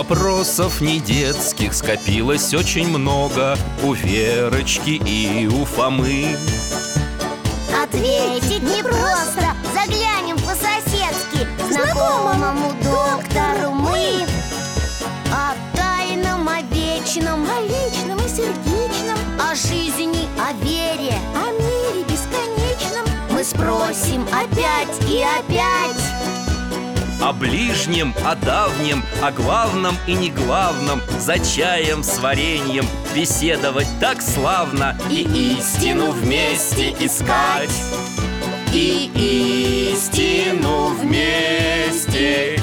Вопросов не детских скопилось очень много у Верочки и у Фомы. Ответить непросто, заглянем по-соседски знакомому доктору мы. О тайном, о вечном, о личном и сердечном, о жизни, о вере, о мире бесконечном мы спросим опять и опять. О ближнем, о давнем, о главном и неглавном, за чаем с вареньем беседовать так славно. И истину вместе искать, и истину вместе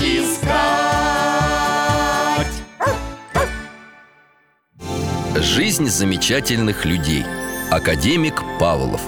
искать. Жизнь замечательных людей. Академик Павлов.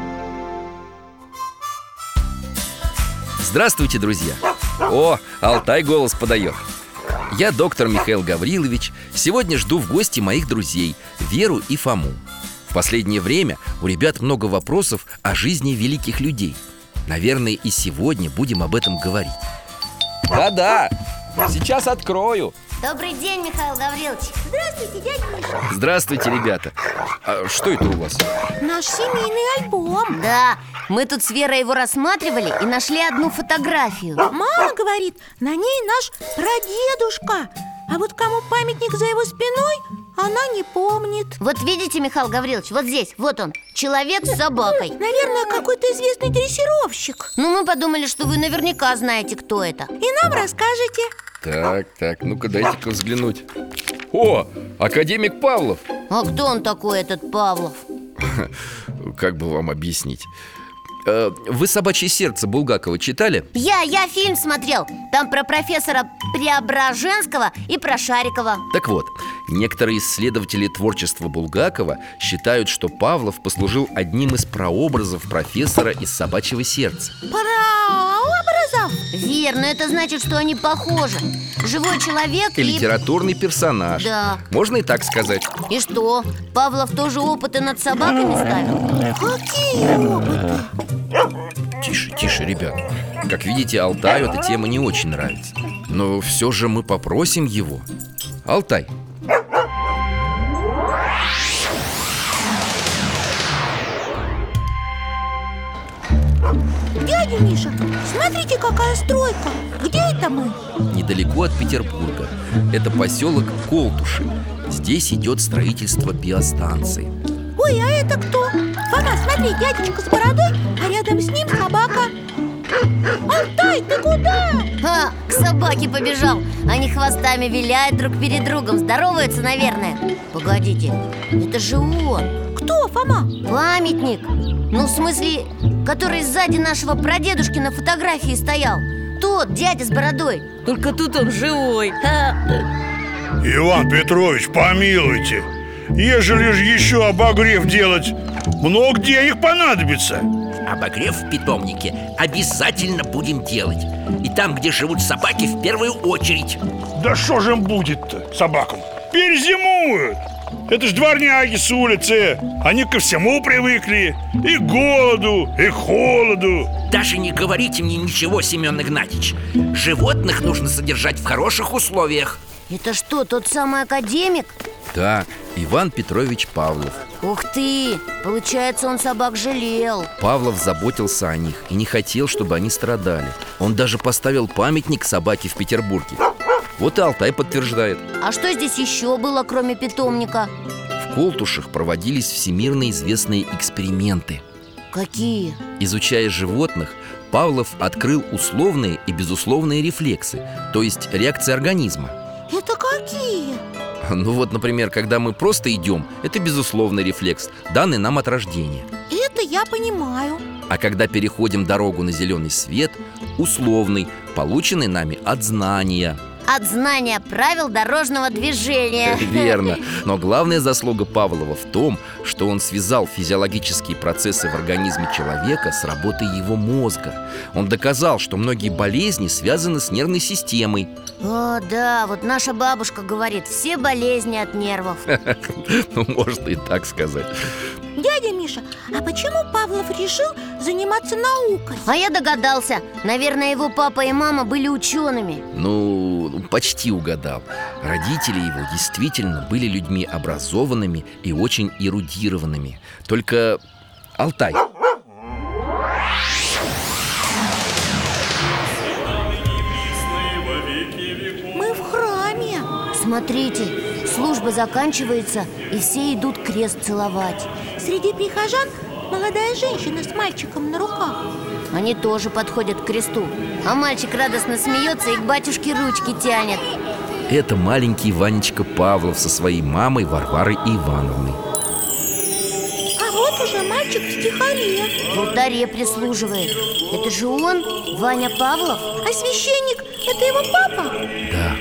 Здравствуйте, друзья! О, Алтай голос подает. Я доктор Михаил Гаврилович. Сегодня жду в гости моих друзей Веру и Фому. В последнее время у ребят много вопросов о жизни великих людей. Наверное, и сегодня будем об этом говорить. Да-да, сейчас открою. Добрый день, Михаил Гаврилович. Здравствуйте, дядя Миша. Здравствуйте, ребята. А что это у вас? Наш семейный альбом. Да, мы тут с Верой его рассматривали и нашли одну фотографию. Мама говорит, на ней наш прадедушка. А вот кому памятник за его спиной, она не помнит. Вот видите, Михаил Гаврилович, вот здесь, вот он, человек с собакой. Наверное, какой-то известный дрессировщик. Ну, мы подумали, что вы наверняка знаете, кто это. И нам расскажете. Так, ну-ка дайте-ка взглянуть. О, академик Павлов. А кто он такой, этот Павлов? Как бы вам объяснить? Вы «Собачье сердце» Булгакова читали? Я фильм смотрел. Там про профессора Преображенского и про Шарикова. Так вот, некоторые исследователи творчества Булгакова считают, что Павлов послужил одним из прообразов профессора из «Собачьего сердца». Прообразов? Верно, это значит, что они похожи. Живой человек И литературный персонаж. Да. Можно и так сказать. И что, Павлов тоже опыты над собаками ставил? Какие опыты? Тише, ребят. Как видите, Алтаю эта тема не очень нравится. Но все же мы попросим его. Алтай. Дядя Миша, смотрите, какая стройка. Где это мы? Недалеко от Петербурга. Это поселок Колтуши. Здесь идет строительство биостанции. Ой, а это кто? Фома, смотри, дядечка с бородой, а рядом с ним собака. Алтай, ты куда? К собаке побежал. Они хвостами виляют друг перед другом. Здороваются, наверное. Погодите, это же он. Кто, Фома? Памятник. Ну, в смысле, который сзади нашего прадедушки на фотографии стоял. Тот, дядя с бородой. Только тут он живой. Иван Петрович, помилуйте. Ежели ж еще обогрев делать, много денег понадобится. Обогрев в питомнике обязательно будем делать. И там, где живут собаки, в первую очередь. Да что же им будет-то, собакам? Перезимуют. Это ж дворняги с улицы. Они ко всему привыкли. И к голоду, и к холоду. Даже не говорите мне ничего, Семен Игнатьич. Животных нужно содержать в хороших условиях. Это что, тот самый академик? Да, Иван Петрович Павлов. Ух ты! Получается, он собак жалел. Павлов заботился о них и не хотел, чтобы они страдали. Он даже поставил памятник собаке в Петербурге. Вот и Алтай подтверждает. А что здесь еще было, кроме питомника? В Колтушах проводились всемирно известные эксперименты. Какие? Изучая животных, Павлов открыл условные и безусловные рефлексы, то есть реакции организма. Это какие? Ну вот, например, когда мы просто идем, это безусловный рефлекс, данный нам от рождения. Это я понимаю. А когда переходим дорогу на зеленый свет, условный, полученный нами от знания. От знания правил дорожного движения. Верно. Но главная заслуга Павлова в том, что он связал физиологические процессы в организме человека с работой его мозга. Он доказал, что многие болезни связаны с нервной системой. О, да, вот наша бабушка говорит, все болезни от нервов. Ну, можно и так сказать. Дядя Миша, а почему Павлов решил заниматься наукой? А я догадался. Наверное, его папа и мама были учеными. Ну, почти угадал. Родители его действительно были людьми образованными и очень эрудированными. Только, Алтай, Мы в храме. Смотрите, служба заканчивается, и все идут крест целовать. Среди прихожан молодая женщина с мальчиком на руках. Они тоже подходят к кресту. А мальчик радостно смеется и к батюшке ручки тянет. это маленький Ванечка Павлов со своей мамой Варварой Ивановной. А вот уже мальчик в стихаре. В алтаре прислуживает. Это же он, Ваня Павлов? А священник – это его папа? Да.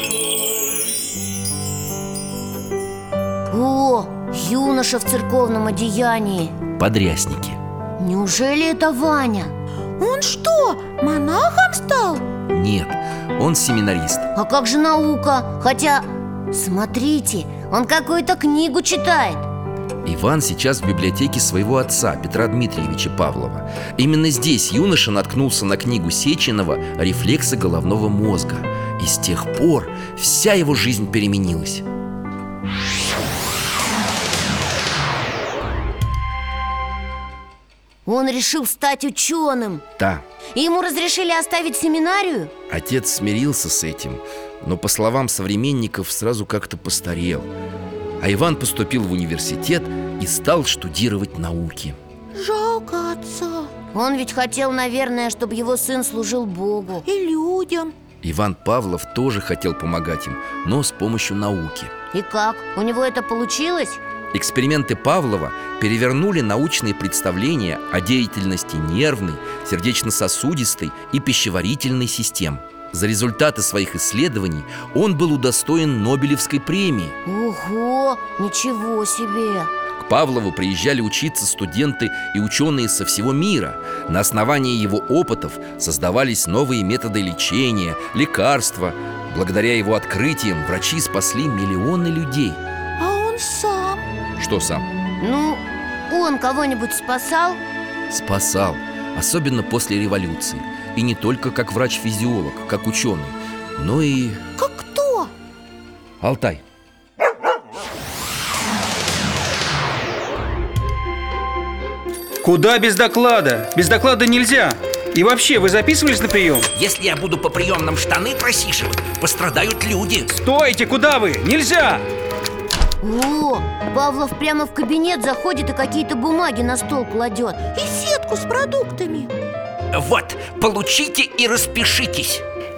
О, юноша в церковном одеянии. Подрясники. Неужели это Ваня? Он что, монахом стал? Нет, он семинарист. А как же наука? Хотя, смотрите, он какую-то книгу читает. Иван сейчас в библиотеке своего отца, Петра Дмитриевича Павлова. Именно здесь юноша наткнулся на книгу Сеченова «Рефлексы головного мозга». И с тех пор вся его жизнь переменилась. Он решил стать ученым. Да, И ему разрешили оставить семинарию? отец смирился с этим, но, по словам современников, сразу как-то постарел. А Иван поступил в университет и стал штудировать науки. Жалко отца Он ведь хотел, наверное, чтобы его сын служил Богу. и людям. Иван Павлов тоже хотел помогать им, но с помощью науки. И как? У него это получилось? Эксперименты Павлова перевернули научные представления о деятельности нервной, сердечно-сосудистой и пищеварительной систем. За результаты своих исследований он был удостоен Нобелевской премии. Ого, ничего себе! К Павлову приезжали учиться студенты и ученые со всего мира. На основании его опытов создавались новые методы лечения, лекарства. Благодаря его открытиям врачи спасли миллионы людей. А он сам? Что сам? Ну, он кого-нибудь спасал? Спасал, особенно после революции. И не только как врач-физиолог, как ученый, но и... Как кто? Алтай. Куда без доклада? Без доклада нельзя. И вообще, вы записывались на прием? Если я буду по приемным штаны просиживать, пострадают люди. Стойте, куда вы? Нельзя! О, Павлов прямо в кабинет заходит и какие-то бумаги на стол кладет. И сетку с продуктами. Вот, получите и распишитесь.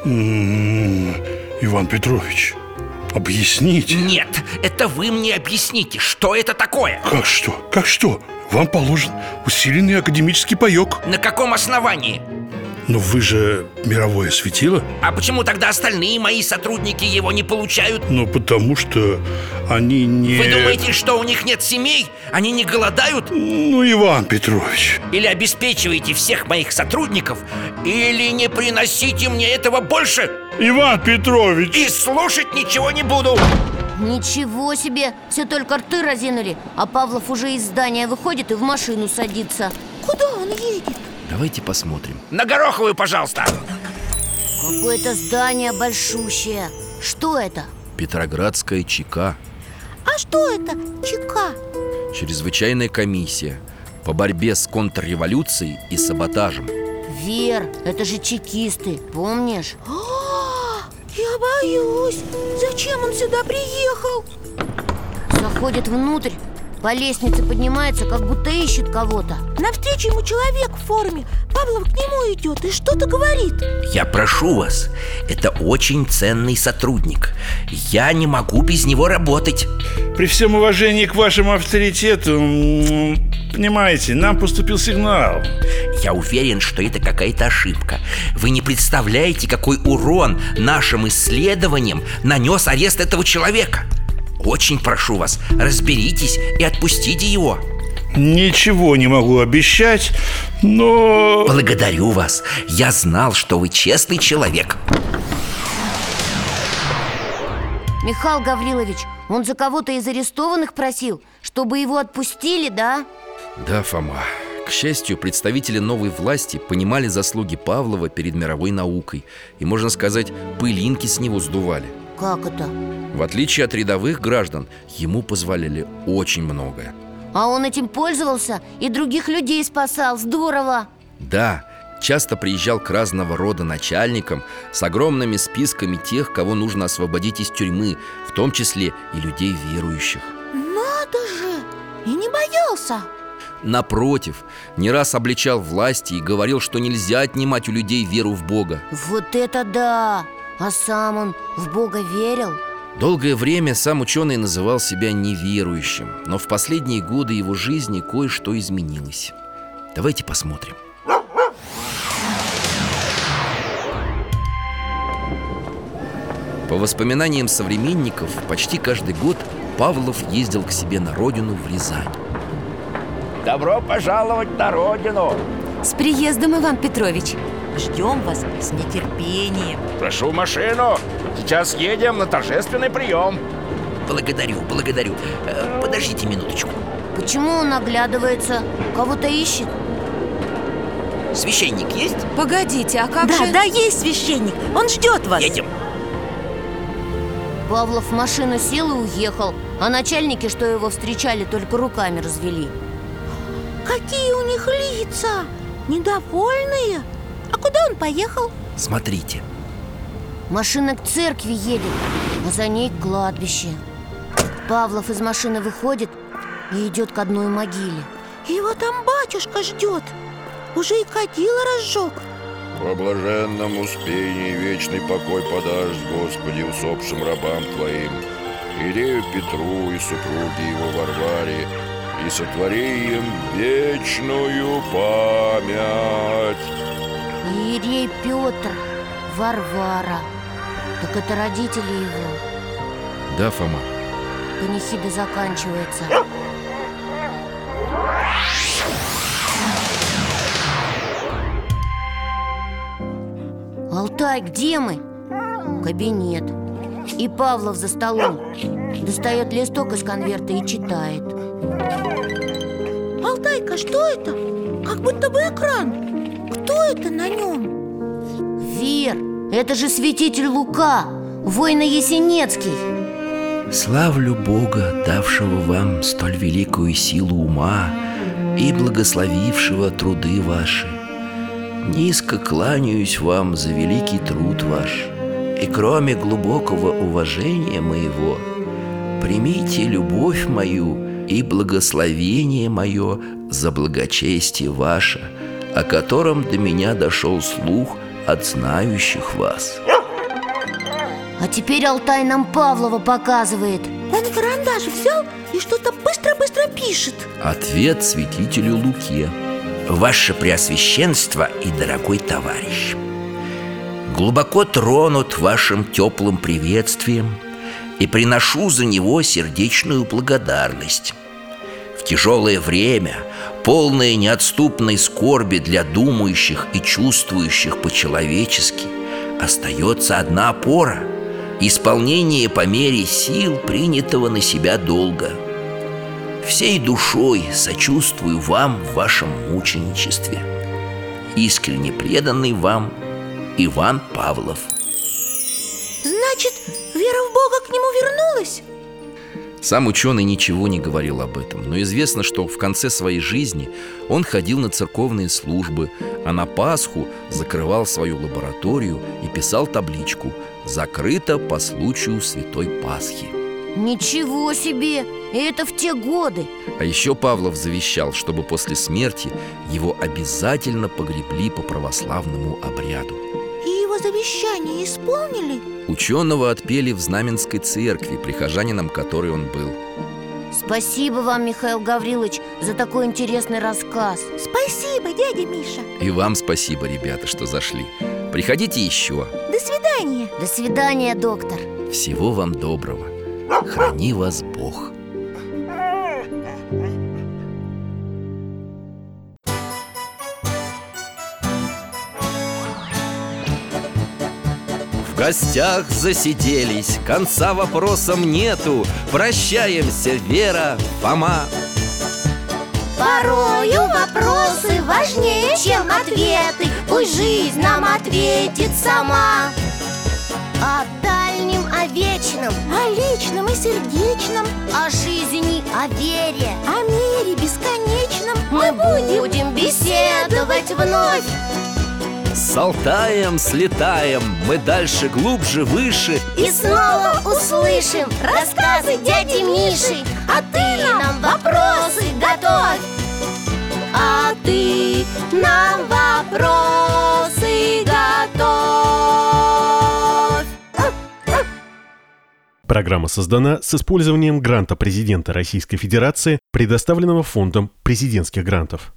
Иван Петрович, объясните. Нет, это вы мне объясните, что это такое. Как что? Как что? Вам положен усиленный академический паёк. На каком основании? Но вы же мировое светило. А почему тогда остальные мои сотрудники его не получают? Ну, потому что они не... Вы думаете, что у них нет семей? Они не голодают? Ну, Иван Петрович. Или обеспечиваете всех моих сотрудников, или не приносите мне этого больше. Иван Петрович! И слушать ничего не буду. Ничего себе, все только рты разинули. А Павлов уже из здания выходит и в машину садится. Куда он едет? Давайте посмотрим. На Гороховую, пожалуйста. Какое-то здание большущее. Что это? Петроградская ЧК. А что это? ЧК. Чрезвычайная комиссия по борьбе с контрреволюцией и саботажем. Вер, это же чекисты, помнишь? Я боюсь. Зачем он сюда приехал? Заходит внутрь, по лестнице поднимается, как будто ищет кого-то. Навстречу ему человек в форме. Павлов к нему идет и что-то говорит. Я прошу вас, это очень ценный сотрудник. Я не могу без него работать. При всем уважении к вашему авторитету, понимаете, нам поступил сигнал. Я уверен, что это какая-то ошибка. Вы не представляете, какой урон нашим исследованиям нанес арест этого человека. Очень прошу вас, разберитесь и отпустите его. Ничего не могу обещать, но... Благодарю вас. Я знал, что вы честный человек. Михаил Гаврилович, он за кого-то из арестованных просил, чтобы его отпустили, да? Да, Фома. К счастью, представители новой власти понимали заслуги Павлова перед мировой наукой и, можно сказать, пылинки с него сдували. Как это? В отличие от рядовых граждан, ему позволяли очень многое. А он этим пользовался и других людей спасал. Здорово! Да, часто приезжал к разного рода начальникам с огромными списками тех, кого нужно освободить из тюрьмы, в том числе и людей верующих. Надо же! И не боялся. Напротив, не раз обличал власти и говорил, что нельзя отнимать у людей веру в Бога. Вот это да! А сам он в Бога верил? Долгое время сам ученый называл себя неверующим, но в последние годы его жизни кое-что изменилось. Давайте посмотрим. По воспоминаниям современников, почти каждый год Павлов ездил к себе на родину в Рязань. Добро пожаловать на родину! С приездом, Иван Петрович! Ждем вас с нетерпением. Прошу машину! Сейчас едем на торжественный прием. Благодарю. Подождите минуточку. Почему он оглядывается? Кого-то ищет? Священник есть? Погодите, а как же... Да, есть священник, он ждет вас. Едем. Павлов в машину сел и уехал, а начальники, что его встречали, только руками развели. Какие у них лица! Недовольные. А куда он поехал? Смотрите. Машина к церкви едет, а за ней кладбище. Павлов из машины выходит и идет к одной могиле. Его там батюшка ждет. Уже и кадила разжег. Во блаженном успении вечный покой подашь, Господи, усопшим рабам Твоим, Иерею Петру и супруге его Варваре, и сотвори им вечную память. Иерей Петр, Варвара. Так это родители его. Да, Фома. Панихида заканчивается. Алтай, где мы? Кабинет. И Павлов за столом. Достает листок из конверта и читает. Алтайка, что это? Как будто бы экран. Кто это на нем? Вер, это же святитель Лука, воино-есенецкий. Славлю Бога, давшего вам столь великую силу ума и благословившего труды ваши. Низко кланяюсь вам за великий труд ваш, и кроме глубокого уважения моего, примите любовь мою и благословение мое за благочестие ваше, о котором до меня дошел слух от знающих вас. А теперь Алтай нам Павлова показывает. Он карандаш взял и что-то быстро-быстро пишет. Ответ святителю Луке. Ваше Преосвященство и дорогой товарищ, глубоко тронут вашим теплым приветствием и приношу за него сердечную благодарность. В тяжелое время, полное неотступной скорби для думающих и чувствующих по-человечески, остается одна опора – исполнение по мере сил принятого на себя долга. Всей душой сочувствую вам в вашем мученичестве. Искренне преданный вам Иван Павлов. Значит, вера в Бога к нему вернулась? Сам ученый ничего не говорил об этом, но известно, что в конце своей жизни он ходил на церковные службы, а на Пасху закрывал свою лабораторию и писал табличку «Закрыто по случаю Святой Пасхи». Ничего себе! И это в те годы. А еще Павлов завещал, чтобы после смерти его обязательно погребли по православному обряду. И его завещание исполнили? Ученого отпели в Знаменской церкви, прихожанином которой он был. Спасибо вам, Михаил Гаврилович, за такой интересный рассказ. Спасибо, дядя Миша. И вам спасибо, ребята, что зашли. Приходите еще. До свидания. До свидания, доктор. Всего вам доброго. Храни вас Бог. В гостях засиделись, конца вопросам нету. Прощаемся, Вера, Фома. Порою вопросы важнее, чем ответы. Пусть жизнь нам ответит сама. О дальнем, о вечном, О личном и сердечном, о жизни, о вере о мире бесконечном мы будем беседовать вновь. С Алтаем слетаем, мы дальше, глубже, выше. И снова услышим рассказы дяди Миши. А ты нам вопросы готовь. А ты нам вопросы готовь. Программа создана с использованием гранта президента Российской Федерации, предоставленного Фондом президентских грантов.